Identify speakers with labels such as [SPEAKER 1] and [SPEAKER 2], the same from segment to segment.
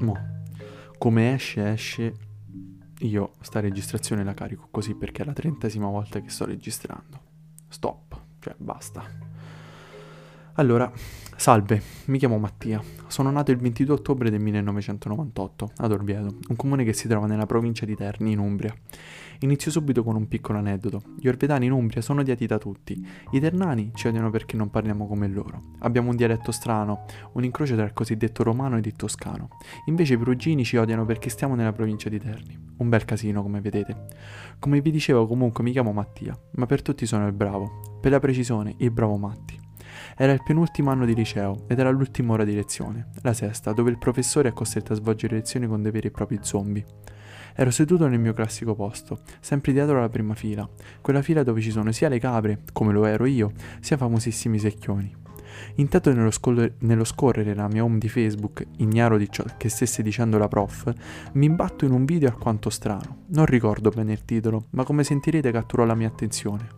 [SPEAKER 1] Mo, come esce, io sta registrazione la carico così perché è la 30ª volta che sto registrando. Stop, cioè basta. Allora, salve, mi chiamo Mattia. Sono nato il 22 ottobre del 1998 ad Orvieto, un comune che si trova nella provincia di Terni, in Umbria. Inizio subito con un piccolo aneddoto. Gli orvetani in Umbria sono odiati da tutti. I ternani ci odiano perché non parliamo come loro. Abbiamo un dialetto strano, un incrocio tra il cosiddetto romano ed il toscano. Invece i perugini ci odiano perché stiamo nella provincia di Terni. Un bel casino, come vedete. Come vi dicevo, comunque mi chiamo Mattia, ma per tutti sono il bravo. Per la precisione, il bravo Matti. Era il penultimo anno di liceo ed era l'ultima ora di lezione, la sesta, dove il professore è costretto a svolgere lezioni con dei veri e propri zombie. Ero seduto nel mio classico posto, sempre dietro alla prima fila, quella fila dove ci sono sia le capre, come lo ero io, sia famosissimi secchioni. Intanto nello scorrere la mia home di Facebook, ignaro di ciò che stesse dicendo la prof, mi imbatto in un video alquanto strano. Non ricordo bene il titolo, ma come sentirete catturò la mia attenzione.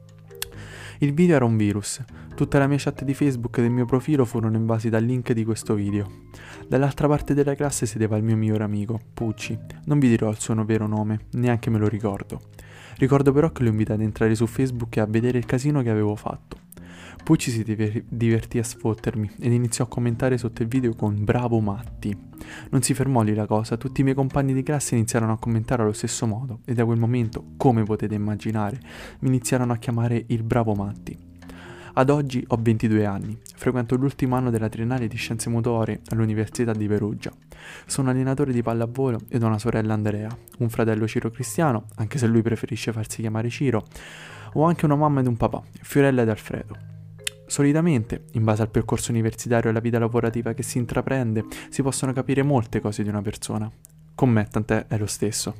[SPEAKER 1] Il video era un virus. Tutta la mia chat di Facebook e del mio profilo furono invasi dal link di questo video. Dall'altra parte della classe sedeva il mio migliore amico, Pucci. Non vi dirò il suo vero nome, neanche me lo ricordo. Ricordo però che lo invitai ad entrare su Facebook e a vedere il casino che avevo fatto. Pucci si divertì a sfottermi ed iniziò a commentare sotto il video con "Bravo Matti". Non si fermò lì la cosa, tutti i miei compagni di classe iniziarono a commentare allo stesso modo e da quel momento, come potete immaginare, mi iniziarono a chiamare il Bravo Matti. Ad oggi ho 22 anni, frequento l'ultimo anno della triennale di Scienze Motorie all'Università di Perugia. Sono allenatore di pallavolo ed ho una sorella Andrea, un fratello Ciro Cristiano, anche se lui preferisce farsi chiamare Ciro, ho anche una mamma ed un papà, Fiorella ed Alfredo. Solitamente, in base al percorso universitario e alla vita lavorativa che si intraprende, si possono capire molte cose di una persona. Con me, tant'è, è lo stesso.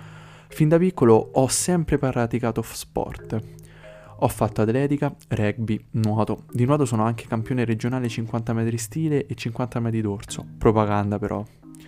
[SPEAKER 1] Fin da piccolo ho sempre praticato sport. Ho fatto atletica, rugby, nuoto. Di nuoto sono anche campione regionale 50 metri stile e 50 metri dorso. Propaganda però.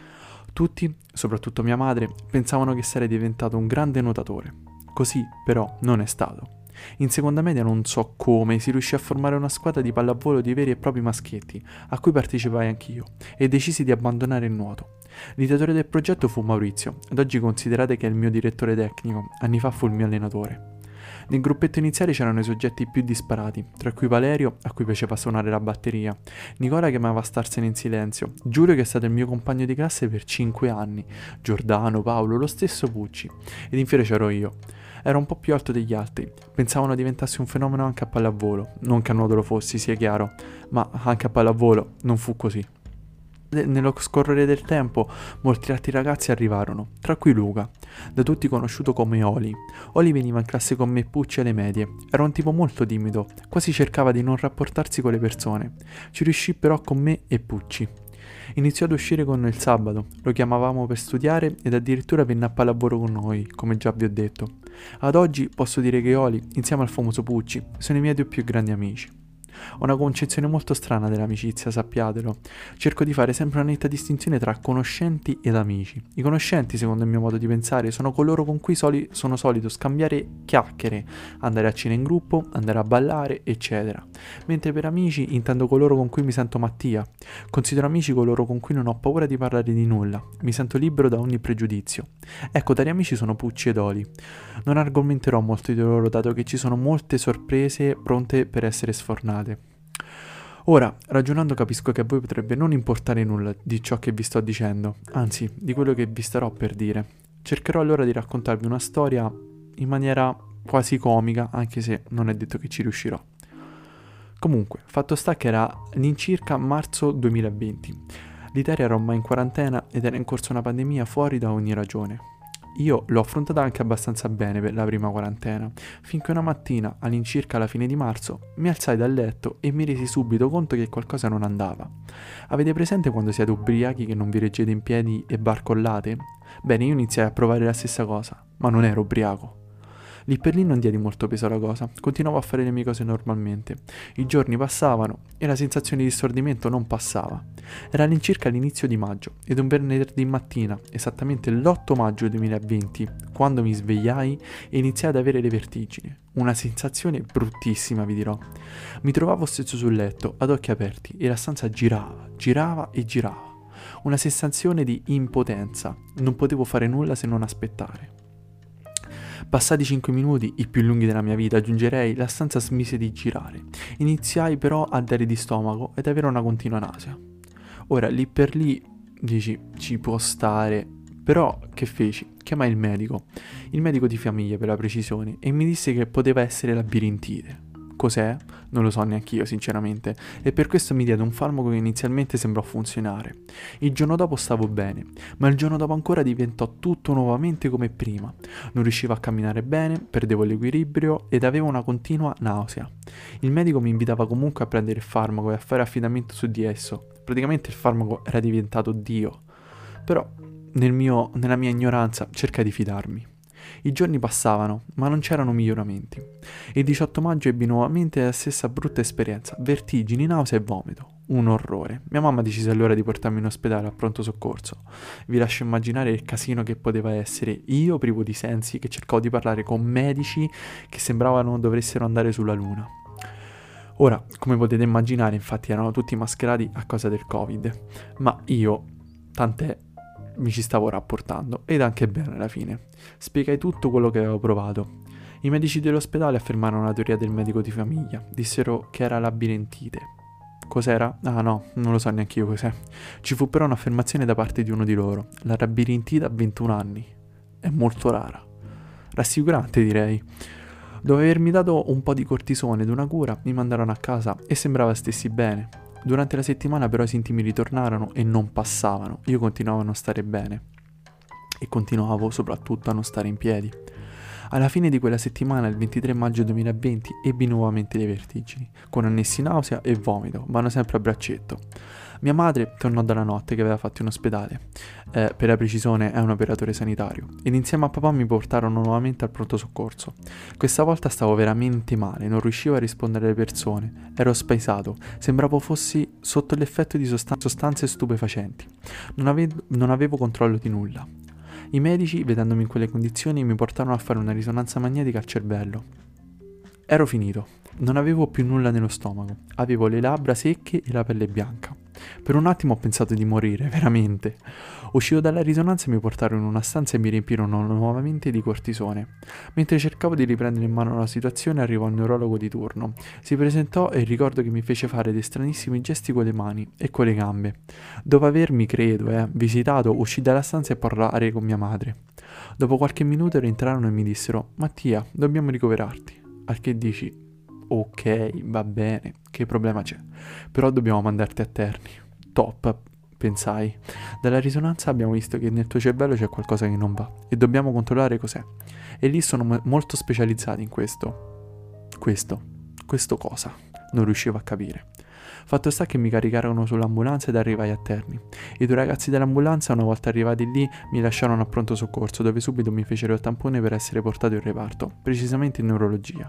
[SPEAKER 1] Tutti, soprattutto mia madre, pensavano che sarei diventato un grande nuotatore. Così però non è stato. In seconda media non so come si riuscì a formare una squadra di pallavolo di veri e propri maschietti, a cui partecipai anch'io, e decisi di abbandonare il nuoto. L'ideatore del progetto fu Maurizio, ad oggi considerate che è il mio direttore tecnico, anni fa fu il mio allenatore. Nel gruppetto iniziale c'erano i soggetti più disparati, tra cui Valerio, a cui piaceva suonare la batteria, Nicola che amava starsene in silenzio, Giulio che è stato il mio compagno di classe per 5 anni, Giordano, Paolo, lo stesso Pucci, ed infine c'ero io. Ero un po' più alto degli altri, pensavano diventassi un fenomeno anche a pallavolo, non che a nuoto lo fossi, sia chiaro, ma anche a pallavolo non fu così. Nello scorrere del tempo molti altri ragazzi arrivarono, tra cui Luca, da tutti conosciuto come Oli. Oli veniva in classe con me e Pucci alle medie, era un tipo molto timido, quasi cercava di non rapportarsi con le persone, ci riuscì però con me e Pucci. Iniziò ad uscire con noi il sabato, lo chiamavamo per studiare ed addirittura venne a pallavolo con noi, come già vi ho detto. Ad oggi posso dire che Oli, insieme al famoso Pucci, sono i miei 2 più grandi amici. Ho una concezione molto strana dell'amicizia, sappiatelo. Cerco di fare sempre una netta distinzione tra conoscenti ed amici. I conoscenti, secondo il mio modo di pensare, sono coloro con cui sono solito scambiare chiacchiere, andare a cena in gruppo, andare a ballare, eccetera. Mentre per amici intendo coloro con cui mi sento Mattia. Considero amici coloro con cui non ho paura di parlare di nulla. Mi sento libero da ogni pregiudizio. Ecco, tali amici sono Pucci ed Oli. Non argomenterò molto di loro, dato che ci sono molte sorprese pronte per essere sfornate. Ora, ragionando capisco che a voi potrebbe non importare nulla di ciò che vi sto dicendo, anzi, di quello che vi starò per dire. Cercherò allora di raccontarvi una storia in maniera quasi comica, anche se non è detto che ci riuscirò. Comunque, fatto sta che era all'incirca marzo 2020. L'Italia era ormai in quarantena ed era in corso una pandemia fuori da ogni ragione. Io l'ho affrontata anche abbastanza bene per la prima quarantena, finché una mattina, all'incirca alla fine di marzo, mi alzai dal letto e mi resi subito conto che qualcosa non andava. Avete presente quando siete ubriachi che non vi reggete in piedi e barcollate? Bene, io iniziai a provare la stessa cosa, ma non ero ubriaco. Lì per lì non diedi molto peso alla cosa, continuavo a fare le mie cose normalmente. I giorni passavano e la sensazione di stordimento non passava. Era all'incirca l'inizio di maggio ed un venerdì mattina, esattamente l'8 maggio 2020, quando mi svegliai e iniziai ad avere le vertigini. Una sensazione bruttissima, vi dirò. Mi trovavo stesso sul letto, ad occhi aperti, e la stanza girava, girava e girava. una sensazione di impotenza. Non potevo fare nulla se non aspettare. Passati 5 minuti, i più lunghi della mia vita, aggiungerei, la stanza smise di girare. Iniziai però a dare di stomaco ed avere una continua nausea. Ora, lì per lì, dici, ci può stare, però che feci? Chiamai il medico di famiglia per la precisione, e mi disse che poteva essere labirintite. Cos'è? Non lo so neanche io sinceramente, e per questo mi diede un farmaco che inizialmente sembrò funzionare. Il giorno dopo stavo bene, ma il giorno dopo ancora diventò tutto nuovamente come prima. Non riuscivo a camminare bene, perdevo l'equilibrio ed avevo una continua nausea. Il medico mi invitava comunque a prendere il farmaco e a fare affidamento su di esso. Praticamente il farmaco era diventato Dio. Però, nella mia ignoranza, cercai di fidarmi. I giorni passavano, ma non c'erano miglioramenti. Il 18 maggio ebbi nuovamente la stessa brutta esperienza, vertigini, nausea e vomito. Un orrore. Mia mamma decise allora di portarmi in ospedale a pronto soccorso. Vi lascio immaginare il casino che poteva essere. Io, privo di sensi, che cercavo di parlare con medici che sembravano dovessero andare sulla luna. Ora, come potete immaginare, infatti erano tutti mascherati a causa del Covid, ma io, tant'è, mi ci stavo rapportando, ed anche bene alla fine. Spiegai tutto quello che avevo provato. I medici dell'ospedale affermarono la teoria del medico di famiglia, dissero che era labirintite. Cos'era? Ah no, non lo so neanche io cos'è. Ci fu però un'affermazione da parte di uno di loro, la labirintite a 21 anni. È molto rara. Rassicurante direi. Dopo avermi dato un po' di cortisone ed una cura, mi mandarono a casa e sembrava stessi bene. Durante la settimana però i sintomi ritornarono e non passavano. Io continuavo a non stare bene e continuavo soprattutto a non stare in piedi. Alla fine di quella settimana, il 23 maggio 2020, ebbi nuovamente le vertigini, con annessi nausea e vomito, vanno sempre a braccetto. Mia madre tornò dalla notte che aveva fatto in ospedale, per la precisione è un operatore sanitario, ed insieme a papà mi portarono nuovamente al pronto soccorso. Questa volta stavo veramente male, non riuscivo a rispondere alle persone, ero spaesato, sembravo fossi sotto l'effetto di sostanze stupefacenti, non avevo controllo di nulla. I medici, vedendomi in quelle condizioni, mi portarono a fare una risonanza magnetica al cervello. Ero finito, non avevo più nulla nello stomaco, avevo le labbra secche e la pelle bianca. Per un attimo ho pensato di morire, veramente. Uscito dalla risonanza mi portarono in una stanza e mi riempirono nuovamente di cortisone. Mentre cercavo di riprendere in mano la situazione arrivò il neurologo di turno. Si presentò e ricordo che mi fece fare dei stranissimi gesti con le mani e con le gambe. Dopo avermi, credo, visitato, uscì dalla stanza e parlare con mia madre. Dopo qualche minuto rientrarono e mi dissero: Mattia, dobbiamo ricoverarti. Al che dici: ok, va bene, che problema c'è? Però dobbiamo mandarti a Terni. Top, pensai. Dalla risonanza abbiamo visto che nel tuo cervello c'è qualcosa che non va e dobbiamo controllare cos'è. E lì sono molto specializzati in questo. Questo cosa? Non riuscivo a capire. Fatto sta che mi caricarono sull'ambulanza ed arrivai a Terni. I due ragazzi dell'ambulanza, una volta arrivati lì, mi lasciarono a pronto soccorso, dove subito mi fecero il tampone per essere portato in reparto, precisamente in neurologia.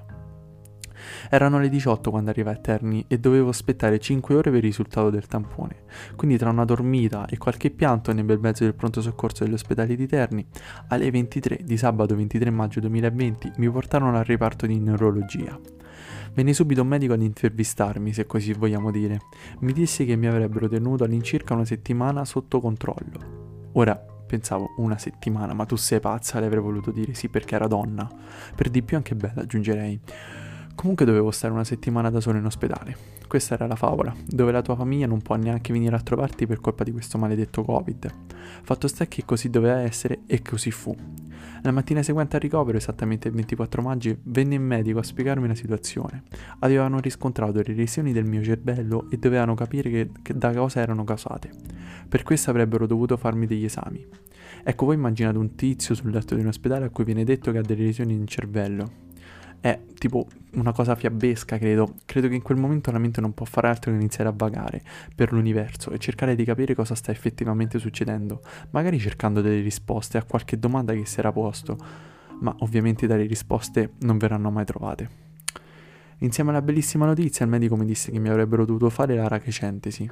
[SPEAKER 1] Erano le 18 quando arrivai a Terni e dovevo aspettare 5 ore per il risultato del tampone. Quindi tra una dormita e qualche pianto nel bel mezzo del pronto soccorso dell'ospedale di Terni, alle 23 di sabato 23 maggio 2020 mi portarono al reparto di neurologia. Venne subito un medico ad intervistarmi, se così vogliamo dire. Mi disse che mi avrebbero tenuto all'incirca una settimana sotto controllo. Ora, pensavo, una settimana, ma tu sei pazza, le avrei voluto dire, sì, perché era donna. Per di più anche bella, aggiungerei. Comunque dovevo stare una settimana da solo in ospedale. Questa era la favola, dove la tua famiglia non può neanche venire a trovarti per colpa di questo maledetto Covid. Fatto sta che così doveva essere e così fu. La mattina seguente al ricovero, esattamente il 24 maggio, venne il medico a spiegarmi la situazione. Avevano riscontrato le lesioni del mio cervello e dovevano capire che da cosa erano causate. Per questo avrebbero dovuto farmi degli esami. Ecco, voi immaginate un tizio sul letto di un ospedale a cui viene detto che ha delle lesioni in cervello. È tipo una cosa fiabesca, credo. Credo che in quel momento la mente non può fare altro che iniziare a vagare per l'universo e cercare di capire cosa sta effettivamente succedendo, magari cercando delle risposte a qualche domanda che si era posto, ma ovviamente tali risposte non verranno mai trovate. Insieme alla bellissima notizia, il medico mi disse che mi avrebbero dovuto fare la rachecentesi.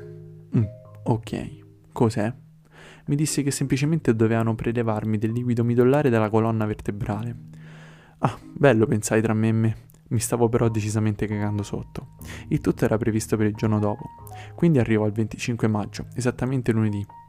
[SPEAKER 1] Ok, cos'è? Mi disse che semplicemente dovevano prelevarmi del liquido midollare dalla colonna vertebrale. Ah, bello, pensai tra me e me. Mi stavo però decisamente cagando sotto. Il tutto era previsto per il giorno dopo. Quindi arrivo al 25 maggio, esattamente lunedì.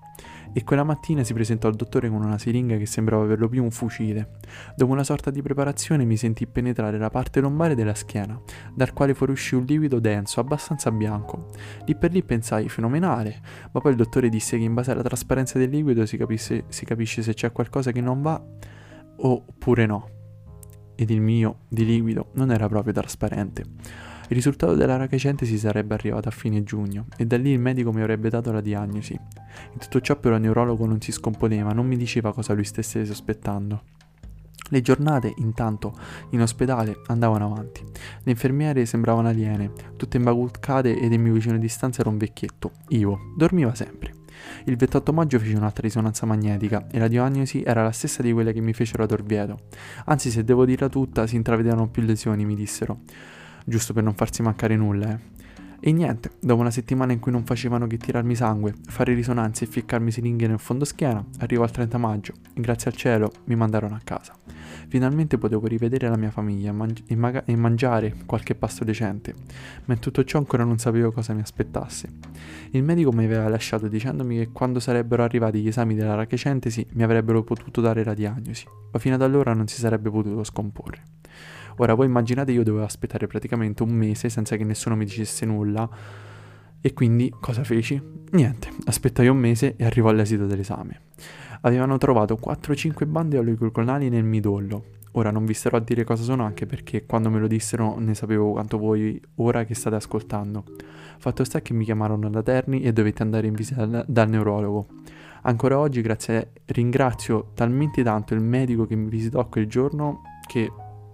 [SPEAKER 1] E quella mattina si presentò al dottore con una siringa che sembrava per lo più un fucile. Dopo una sorta di preparazione mi sentii penetrare la parte lombare della schiena, dal quale fuoriuscì un liquido denso, abbastanza bianco. Lì per lì pensai, fenomenale, ma poi il dottore disse che in base alla trasparenza del liquido si capisce se c'è qualcosa che non va oppure no. Ed il mio, di liquido, non era proprio trasparente. Il risultato della rachecentesi sarebbe arrivato a fine giugno e da lì il medico mi avrebbe dato la diagnosi. In tutto ciò però il neurologo non si scomponeva, non mi diceva cosa lui stesse sospettando. Le giornate, intanto, in ospedale andavano avanti. Le infermiere sembravano aliene, tutte imbacuccate ed il mio vicino di stanza era un vecchietto, Ivo, dormiva sempre. Il 28 maggio feci un'altra risonanza magnetica e la diagnosi era la stessa di quella che mi fecero ad Orvieto. Anzi, se devo dirla tutta, si intravedevano più lesioni, mi dissero. Giusto per non farsi mancare nulla, E niente, dopo una settimana in cui non facevano che tirarmi sangue, fare risonanze e ficcarmi siringhe nel fondo schiena, arrivo al 30 maggio e grazie al cielo mi mandarono a casa. Finalmente potevo rivedere la mia famiglia e mangiare qualche pasto decente, ma in tutto ciò ancora non sapevo cosa mi aspettasse. Il medico mi aveva lasciato dicendomi che quando sarebbero arrivati gli esami della rachecentesi mi avrebbero potuto dare la diagnosi, ma fino ad allora non si sarebbe potuto scomporre. Ora voi immaginate, io dovevo aspettare praticamente un mese senza che nessuno mi dicesse nulla e quindi cosa feci? Niente, aspettai un mese e arrivò all'esito dell'esame. Avevano trovato 4-5 bande oligoclonali nel midollo. Ora non vi starò a dire cosa sono anche perché quando me lo dissero ne sapevo quanto voi ora che state ascoltando. Fatto sta che mi chiamarono da Terni e dovetti andare in visita dal neurologo. Ancora oggi ringrazio talmente tanto il medico che mi visitò quel giorno che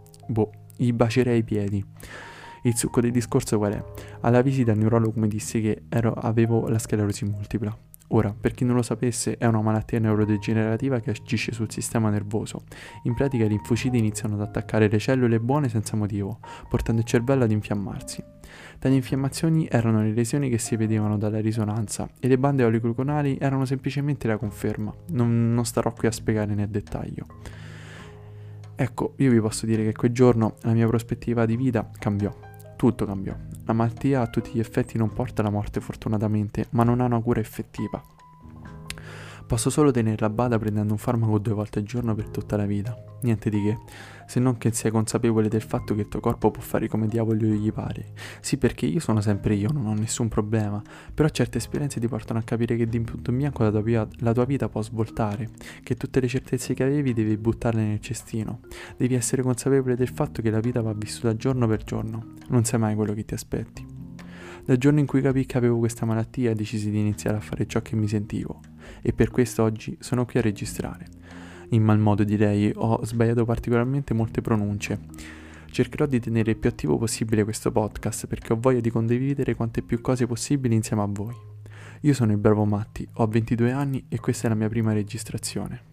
[SPEAKER 1] gli bacerei i piedi. Il succo del discorso qual è? Alla visita il neurologo mi disse che avevo la sclerosi multipla. Ora, per chi non lo sapesse, è una malattia neurodegenerativa che agisce sul sistema nervoso. In pratica i linfociti iniziano ad attaccare le cellule buone senza motivo, portando il cervello ad infiammarsi. Tali infiammazioni erano le lesioni che si vedevano dalla risonanza e le bande oligoclonali erano semplicemente la conferma. Non starò qui a spiegare nel dettaglio. Ecco, io vi posso dire che quel giorno la mia prospettiva di vita cambiò. Tutto cambiò. La malattia a tutti gli effetti non porta alla morte fortunatamente, ma non ha una cura effettiva. Posso solo tenerla a bada prendendo un farmaco 2 volte al giorno per tutta la vita. Niente di che, se non che sei consapevole del fatto che il tuo corpo può fare come diavolo gli pare. Sì, perché io sono sempre io, non ho nessun problema, però certe esperienze ti portano a capire che di punto in bianco la tua vita può svoltare, che tutte le certezze che avevi devi buttarle nel cestino. Devi essere consapevole del fatto che la vita va vissuta giorno per giorno, non sai mai quello che ti aspetti. Dal giorno in cui capii che avevo questa malattia decisi di iniziare a fare ciò che mi sentivo e per questo oggi sono qui a registrare. In mal modo direi, ho sbagliato particolarmente molte pronunce. Cercherò di tenere il più attivo possibile questo podcast perché ho voglia di condividere quante più cose possibili insieme a voi. Io sono il Bravo Matti, ho 22 anni e questa è la mia prima registrazione.